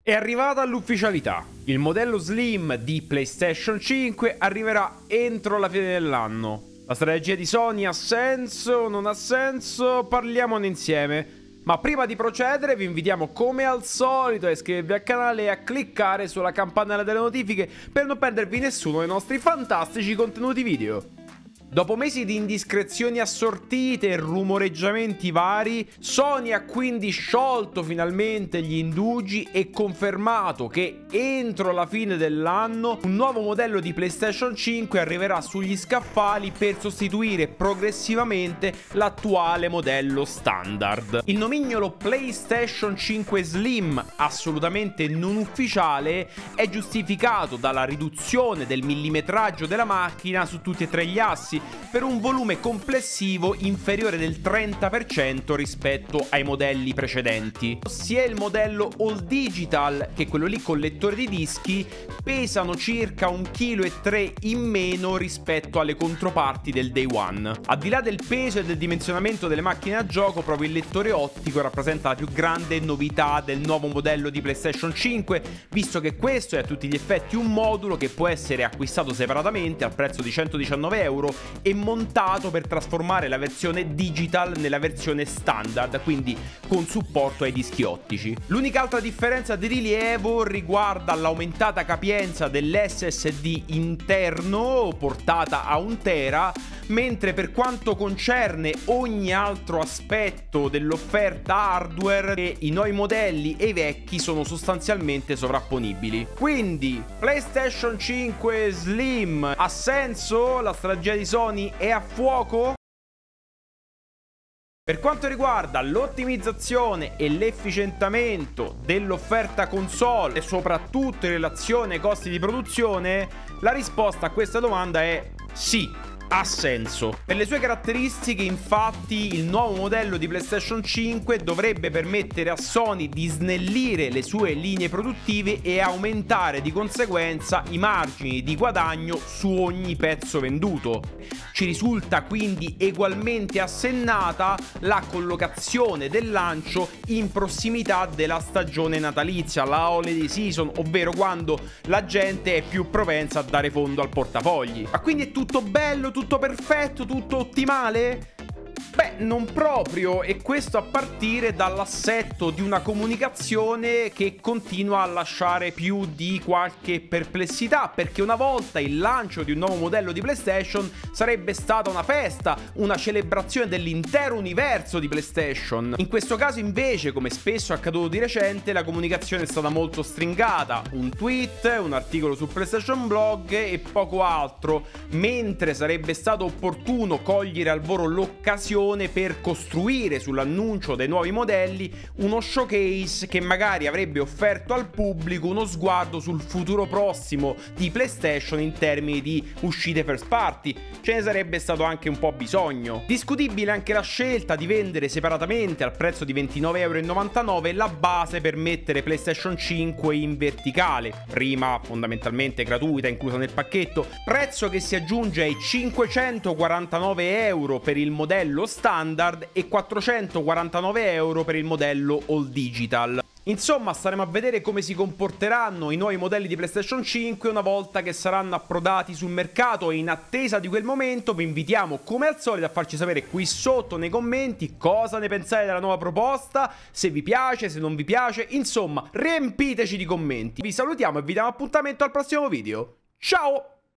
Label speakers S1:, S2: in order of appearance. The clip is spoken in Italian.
S1: È arrivata l'ufficialità. Il modello Slim di PlayStation 5 arriverà entro la fine dell'anno. La strategia di Sony ha senso o non ha senso? Parliamone insieme. Ma prima di procedere vi invitiamo come al solito a iscrivervi al canale e a cliccare sulla campanella delle notifiche per non perdervi nessuno dei nostri fantastici contenuti video. Dopo mesi di indiscrezioni assortite e rumoreggiamenti vari, Sony ha quindi sciolto finalmente gli indugi e confermato che entro la fine dell'anno un nuovo modello di PlayStation 5 arriverà sugli scaffali per sostituire progressivamente l'attuale modello standard. Il nomignolo PlayStation 5 Slim, assolutamente non ufficiale, è giustificato dalla riduzione del millimetraggio della macchina su tutti e tre gli assi, per un volume complessivo inferiore del 30% rispetto ai modelli precedenti. Sia il modello All Digital che quello lì con lettore di dischi pesano circa 1,3 kg in meno rispetto alle controparti del Day One. Al di là del peso e del dimensionamento delle macchine a gioco, proprio il lettore ottico rappresenta la più grande novità del nuovo modello di PlayStation 5, visto che questo è a tutti gli effetti un modulo che può essere acquistato separatamente al prezzo di 119 euro e montato per trasformare la versione digital nella versione standard, quindi con supporto ai dischi ottici. L'unica altra differenza di rilievo riguarda l'aumentata capienza dell'SSD interno portata a 1 tera, mentre per quanto concerne ogni altro aspetto dell'offerta hardware, i nuovi modelli e i vecchi sono sostanzialmente sovrapponibili. Quindi PlayStation 5 Slim ha senso? La strategia di Sony è a fuoco? Per quanto riguarda l'ottimizzazione e l'efficientamento dell'offerta console e soprattutto in relazione ai costi di produzione, la risposta a questa domanda è sì. Ha senso. Per le sue caratteristiche, infatti, il nuovo modello di PlayStation 5 dovrebbe permettere a Sony di snellire le sue linee produttive e aumentare di conseguenza i margini di guadagno su ogni pezzo venduto. Ci risulta quindi egualmente assennata la collocazione del lancio in prossimità della stagione natalizia, la holiday season, ovvero quando la gente è più propensa a dare fondo al portafogli. Ma quindi è tutto bello, tutto perfetto, tutto ottimale? Beh, non proprio, e questo a partire dall'assetto di una comunicazione che continua a lasciare più di qualche perplessità, perché una volta il lancio di un nuovo modello di PlayStation sarebbe stata una festa, una celebrazione dell'intero universo di PlayStation. In questo caso invece, come spesso è accaduto di recente, la comunicazione è stata molto stringata, un tweet, un articolo su PlayStation Blog e poco altro, mentre sarebbe stato opportuno cogliere al volo l'occasione per costruire sull'annuncio dei nuovi modelli uno showcase che magari avrebbe offerto al pubblico uno sguardo sul futuro prossimo di PlayStation in termini di uscite first party. Ce ne sarebbe stato anche un po' bisogno. Discutibile anche la scelta di vendere separatamente al prezzo di 29,99 € la base per mettere PlayStation 5 in verticale, prima fondamentalmente gratuita inclusa nel pacchetto, prezzo che si aggiunge ai 549 € per il modello standard e 449 € per il modello All Digital. Insomma, staremo a vedere come si comporteranno i nuovi modelli di PlayStation 5 una volta che saranno approdati sul mercato, e in attesa di quel momento vi invitiamo come al solito a farci sapere qui sotto nei commenti cosa ne pensate della nuova proposta, se vi piace, se non vi piace, insomma riempiteci di commenti. Vi salutiamo e vi diamo appuntamento al prossimo video. Ciao!